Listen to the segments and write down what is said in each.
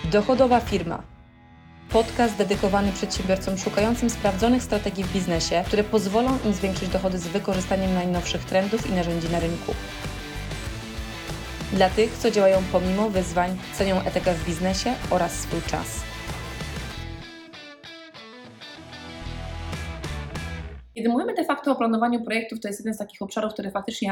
Dochodowa firma. Podcast dedykowany przedsiębiorcom szukającym sprawdzonych strategii w biznesie, które pozwolą im zwiększyć dochody z wykorzystaniem najnowszych trendów i narzędzi na rynku. Dla tych, co działają pomimo wyzwań, cenią etykę w biznesie oraz swój czas. Kiedy mówimy de facto o planowaniu projektów, to jest jeden z takich obszarów, które faktycznie ja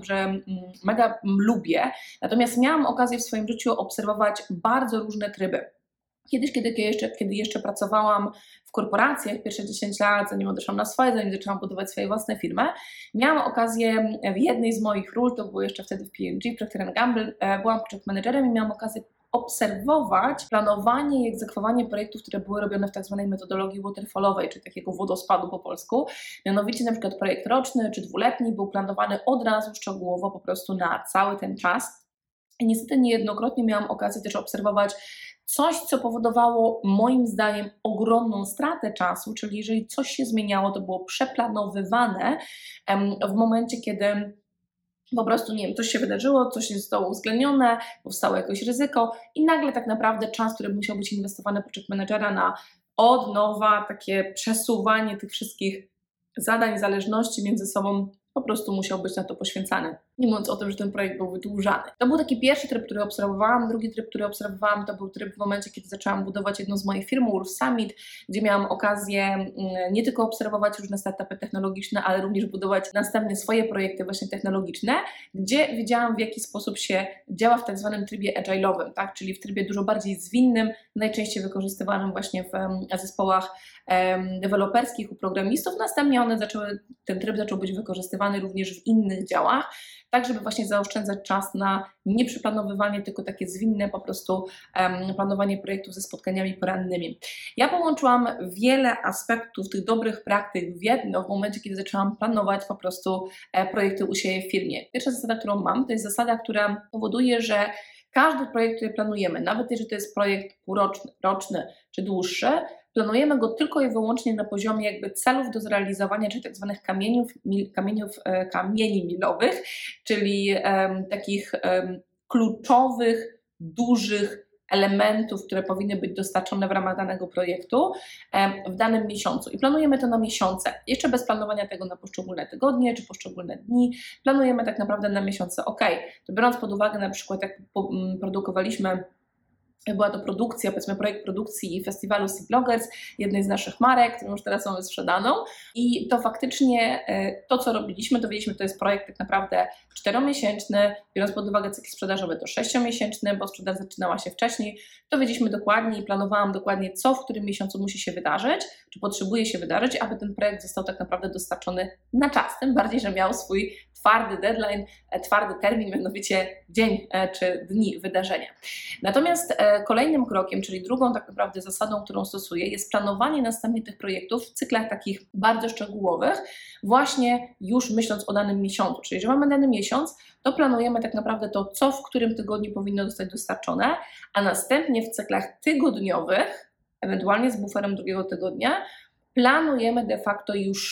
mega lubię. Natomiast miałam okazję w swoim życiu obserwować bardzo różne tryby. Kiedyś, kiedy jeszcze pracowałam w korporacjach, pierwsze 10 lat, zanim odeszłam na swoje, zanim zaczęłam budować swoje własne firmy, miałam okazję w jednej z moich ról, to było jeszcze wtedy w P&G, Procter & Gamble, byłam project managerem i miałam okazję obserwować planowanie i egzekwowanie projektów, które były robione w tak zwanej metodologii waterfallowej, czyli takiego wodospadu po polsku. Mianowicie na przykład projekt roczny czy dwuletni był planowany od razu szczegółowo po prostu na cały ten czas. I niestety niejednokrotnie miałam okazję też obserwować coś, co powodowało moim zdaniem ogromną stratę czasu, czyli jeżeli coś się zmieniało, to było przeplanowywane w momencie, kiedy po prostu, nie wiem, coś się wydarzyło, coś nie zostało uwzględnione, powstało jakieś ryzyko i nagle tak naprawdę czas, który musiał być inwestowany project managera na od nowa takie przesuwanie tych wszystkich zadań, zależności między sobą, po prostu musiał być na to poświęcany, nie mówiąc o tym, że ten projekt był wydłużany. To był taki pierwszy tryb, który obserwowałam. Drugi tryb, który obserwowałam, to był tryb w momencie, kiedy zaczęłam budować jedną z moich firm, Wolf Summit, gdzie miałam okazję nie tylko obserwować różne startupy technologiczne, ale również budować następnie swoje projekty właśnie technologiczne, gdzie wiedziałam, w jaki sposób się działa w tak zwanym trybie agile'owym, tak? Czyli w trybie dużo bardziej zwinnym, najczęściej wykorzystywanym właśnie w zespołach deweloperskich u programistów. Następnie ten tryb zaczął być wykorzystywany również w innych działach, tak żeby właśnie zaoszczędzać czas na nieprzeplanowywanie, tylko takie zwinne po prostu planowanie projektów ze spotkaniami porannymi. Ja połączyłam wiele aspektów tych dobrych praktyk w jedno w momencie, kiedy zaczęłam planować po prostu projekty u siebie w firmie. Pierwsza zasada, którą mam, to jest zasada, która powoduje, że każdy projekt, który planujemy, nawet jeżeli to jest projekt półroczny, roczny czy dłuższy, planujemy go tylko i wyłącznie na poziomie jakby celów do zrealizowania, czyli tak zwanych kamieni milowych, czyli takich kluczowych, dużych elementów, które powinny być dostarczone w ramach danego projektu w danym miesiącu. I planujemy to na miesiące. Jeszcze bez planowania tego na poszczególne tygodnie czy poszczególne dni. Planujemy tak naprawdę na miesiące. To biorąc pod uwagę na przykład jak produkowaliśmy, była to produkcja, powiedzmy projekt produkcji festiwalu Sea Bloggers, jednej z naszych marek, którą już teraz mamy sprzedaną i to faktycznie to, co robiliśmy, dowiedzieliśmy, to jest projekt tak naprawdę 4-miesięczny, biorąc pod uwagę cykl sprzedażowy to 6-miesięczny, bo sprzedaż zaczynała się wcześniej, dowiedzieliśmy dokładnie i planowałam dokładnie, co w którym miesiącu musi się wydarzyć, czy potrzebuje się wydarzyć, aby ten projekt został tak naprawdę dostarczony na czas, tym bardziej, że miał swój twardy deadline, twardy termin, mianowicie dzień czy dni wydarzenia. Natomiast kolejnym krokiem, czyli drugą tak naprawdę zasadą, którą stosuję, jest planowanie następnie tych projektów w cyklach takich bardzo szczegółowych, właśnie już myśląc o danym miesiącu. Czyli, że mamy dany miesiąc, to planujemy tak naprawdę to, co w którym tygodniu powinno zostać dostarczone, a następnie w cyklach tygodniowych, ewentualnie z buferem drugiego tygodnia, planujemy de facto już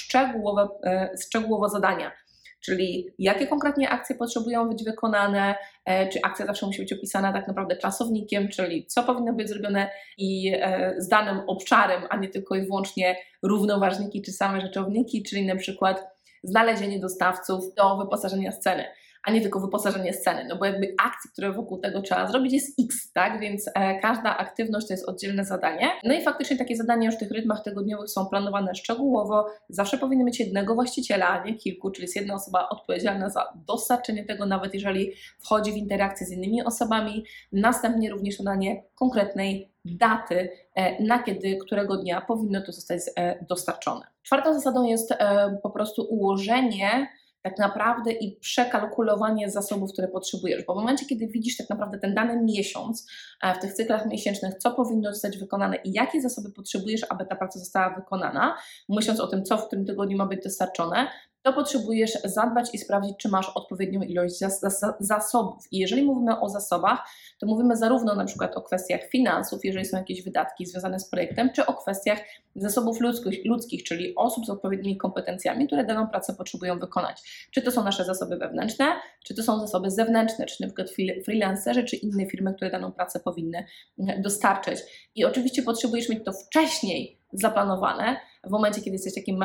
szczegółowo zadania. Czyli jakie konkretnie akcje potrzebują być wykonane, czy akcja zawsze musi być opisana tak naprawdę czasownikiem, czyli co powinno być zrobione i z danym obszarem, a nie tylko i wyłącznie równoważniki czy same rzeczowniki, czyli na przykład znalezienie dostawców do wyposażenia sceny, a nie tylko wyposażenie sceny, no bo jakby akcji, które wokół tego trzeba zrobić jest X, tak, więc każda aktywność to jest oddzielne zadanie. No i faktycznie takie zadania już w tych rytmach tygodniowych są planowane szczegółowo, zawsze powinny mieć jednego właściciela, a nie kilku, czyli jest jedna osoba odpowiedzialna za dostarczenie tego, nawet jeżeli wchodzi w interakcję z innymi osobami, następnie również podanie konkretnej daty, na kiedy, którego dnia powinno to zostać dostarczone. Czwartą zasadą jest po prostu ułożenie tak naprawdę i przekalkulowanie zasobów, które potrzebujesz, bo w momencie, kiedy widzisz tak naprawdę ten dany miesiąc w tych cyklach miesięcznych, co powinno zostać wykonane i jakie zasoby potrzebujesz, aby ta praca została wykonana, myśląc o tym, co w którym tygodniu ma być dostarczone, to potrzebujesz zadbać i sprawdzić, czy masz odpowiednią ilość zasobów. I jeżeli mówimy o zasobach, to mówimy zarówno na przykład o kwestiach finansów, jeżeli są jakieś wydatki związane z projektem, czy o kwestiach zasobów ludzkich, czyli osób z odpowiednimi kompetencjami, które daną pracę potrzebują wykonać. Czy to są nasze zasoby wewnętrzne, czy to są zasoby zewnętrzne, czy na przykład freelancerzy, czy inne firmy, które daną pracę powinny dostarczyć. I oczywiście potrzebujesz mieć to wcześniej zaplanowane, w momencie, kiedy jesteś takim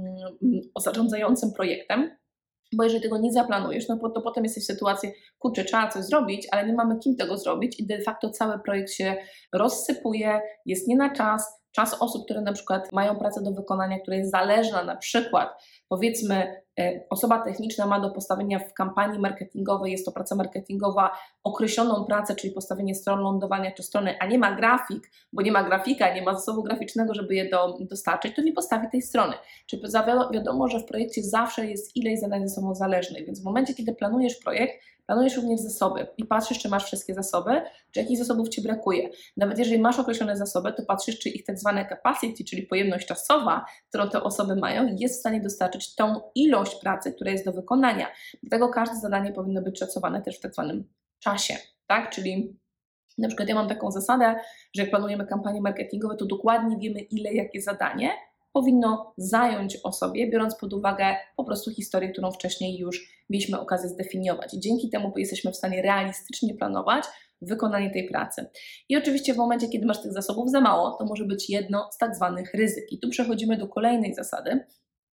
zarządzającym projektem, bo jeżeli tego nie zaplanujesz, no to potem jesteś w sytuacji, kurczę, trzeba coś zrobić, ale nie mamy kim tego zrobić i de facto cały projekt się rozsypuje, jest nie na czas osób, które na przykład mają pracę do wykonania, która jest zależna, na przykład powiedzmy osoba techniczna ma do postawienia w kampanii marketingowej, jest to praca marketingowa, określoną pracę, czyli postawienie stron lądowania czy strony, a nie ma grafik, bo nie ma grafika, nie ma zasobu graficznego, żeby je dostarczyć, to nie postawi tej strony. Czyli wiadomo, że w projekcie zawsze jest ileś zadań ze sobą zależnych, więc w momencie, kiedy planujesz projekt, planujesz również zasoby i patrzysz, czy masz wszystkie zasoby, czy jakich zasobów Ci brakuje. Nawet jeżeli masz określone zasoby, to patrzysz, czy ich tak zwane capacity, czyli pojemność czasowa, którą te osoby mają, jest w stanie dostarczyć tą ilość pracy, która jest do wykonania. Dlatego każde zadanie powinno być szacowane też w tak zwanym czasie, tak? Czyli na przykład ja mam taką zasadę, że jak planujemy kampanie marketingowe, to dokładnie wiemy, jakie zadanie powinno zająć osobie, biorąc pod uwagę po prostu historię, którą wcześniej już mieliśmy okazję zdefiniować. I dzięki temu jesteśmy w stanie realistycznie planować wykonanie tej pracy. I oczywiście w momencie, kiedy masz tych zasobów za mało, to może być jedno z tak zwanych ryzyk. I tu przechodzimy do kolejnej zasady,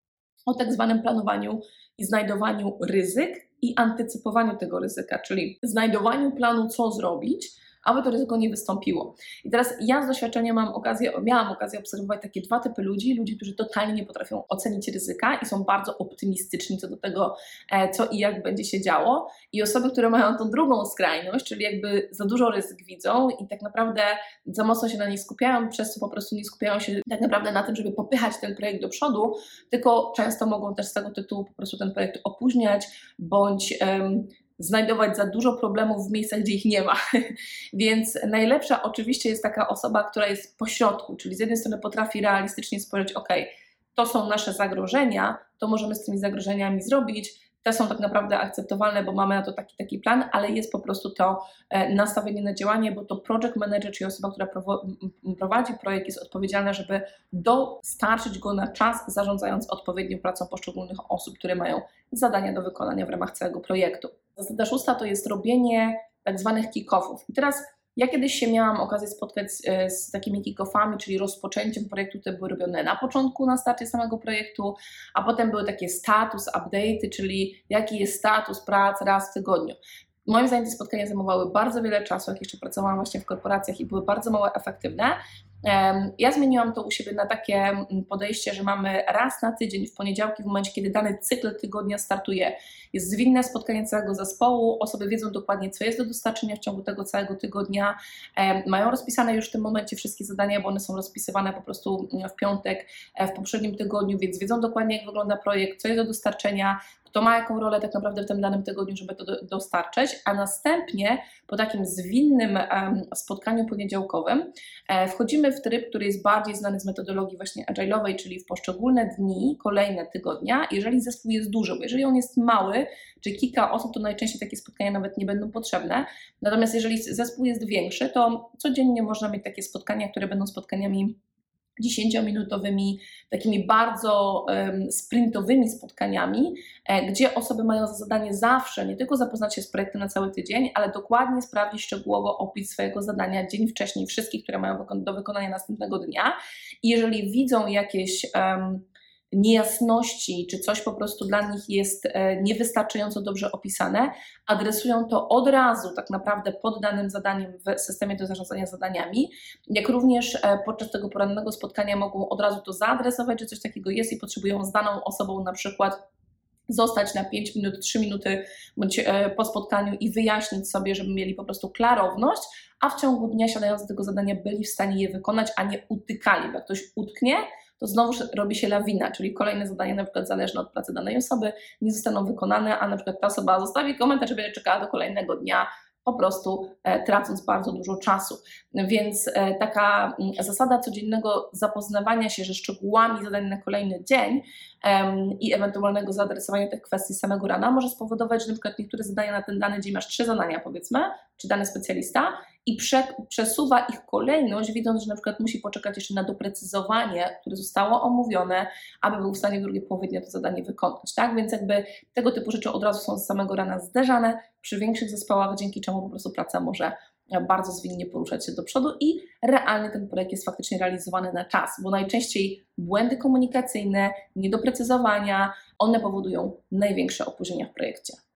o tak zwanym planowaniu i znajdowaniu ryzyk i antycypowaniu tego ryzyka, czyli znajdowaniu planu, co zrobić, aby to ryzyko nie wystąpiło. I teraz ja z doświadczenia miałam okazję obserwować takie dwa typy ludzi, którzy totalnie nie potrafią ocenić ryzyka i są bardzo optymistyczni co do tego, co i jak będzie się działo, i osoby, które mają tą drugą skrajność, czyli jakby za dużo ryzyk widzą i tak naprawdę za mocno się na nich skupiają, przez co po prostu nie skupiają się tak naprawdę na tym, żeby popychać ten projekt do przodu, tylko często mogą też z tego tytułu po prostu ten projekt opóźniać, bądź znajdować za dużo problemów w miejscach, gdzie ich nie ma. Więc najlepsza oczywiście jest taka osoba, która jest pośrodku, czyli z jednej strony potrafi realistycznie spojrzeć, ok, to są nasze zagrożenia, to możemy z tymi zagrożeniami zrobić, te są tak naprawdę akceptowalne, bo mamy na to taki plan, ale jest po prostu to nastawienie na działanie, bo to project manager, czyli osoba, która prowadzi projekt, jest odpowiedzialna, żeby dostarczyć go na czas, zarządzając odpowiednią pracą poszczególnych osób, które mają zadania do wykonania w ramach całego projektu. Zasada szósta to jest robienie tak zwanych kick-offów. I teraz ja kiedyś się miałam okazję spotkać z takimi kick-offami, czyli rozpoczęciem projektu, te były robione na początku, na starcie samego projektu, a potem były takie status update'y, czyli jaki jest status prac raz w tygodniu. Moim zdaniem te spotkania zajmowały bardzo wiele czasu, jak jeszcze pracowałam właśnie w korporacjach i były bardzo mało efektywne. Ja zmieniłam to u siebie na takie podejście, że mamy raz na tydzień w poniedziałki, w momencie, kiedy dany cykl tygodnia startuje. Jest zwinne spotkanie całego zespołu, osoby wiedzą dokładnie, co jest do dostarczenia w ciągu tego całego tygodnia, mają rozpisane już w tym momencie wszystkie zadania, bo one są rozpisywane po prostu w piątek, w poprzednim tygodniu, więc wiedzą dokładnie, jak wygląda projekt, co jest do dostarczenia, kto ma jaką rolę tak naprawdę w tym danym tygodniu, żeby to dostarczyć, a następnie po takim zwinnym spotkaniu poniedziałkowym wchodzimy w tryb, który jest bardziej znany z metodologii właśnie agile'owej, czyli w poszczególne dni, kolejne tygodnia, jeżeli zespół jest duży, bo jeżeli on jest mały, czy kilka osób, to najczęściej takie spotkania nawet nie będą potrzebne, natomiast jeżeli zespół jest większy, to codziennie można mieć takie spotkania, które będą spotkaniami 10-minutowymi, takimi bardzo sprintowymi spotkaniami, gdzie osoby mają za zadanie zawsze nie tylko zapoznać się z projektem na cały tydzień, ale dokładnie sprawdzić szczegółowo opis swojego zadania dzień wcześniej, wszystkich, które mają do wykonania następnego dnia. I jeżeli widzą jakieś niejasności, czy coś po prostu dla nich jest niewystarczająco dobrze opisane, adresują to od razu tak naprawdę pod danym zadaniem w systemie do zarządzania zadaniami, jak również podczas tego porannego spotkania mogą od razu to zaadresować, że coś takiego jest i potrzebują z daną osobą na przykład zostać na 5 minut, 3 minuty bądź po spotkaniu i wyjaśnić sobie, żeby mieli po prostu klarowność, a w ciągu dnia siadając do tego zadania byli w stanie je wykonać, a nie utykali, bo jak ktoś utknie, to znowu robi się lawina, czyli kolejne zadania na przykład zależne od pracy danej osoby nie zostaną wykonane, a na przykład ta osoba zostawi komentarz i będzie czekała do kolejnego dnia, po prostu tracąc bardzo dużo czasu. Więc taka zasada codziennego zapoznawania się ze szczegółami zadań na kolejny dzień i ewentualnego zaadresowania tych kwestii samego rana może spowodować, że na przykład niektóre zadania na ten dany dzień masz 3 zadania powiedzmy, czy dany specjalista i przesuwa ich kolejność, widząc, że na przykład musi poczekać jeszcze na doprecyzowanie, które zostało omówione, aby był w stanie w drugiej połowie dnia to zadanie wykonać, tak? Więc jakby tego typu rzeczy od razu są z samego rana zderzane przy większych zespołach, dzięki czemu po prostu praca może bardzo zwinnie poruszać się do przodu i realnie ten projekt jest faktycznie realizowany na czas, bo najczęściej błędy komunikacyjne, niedoprecyzowania, one powodują największe opóźnienia w projekcie.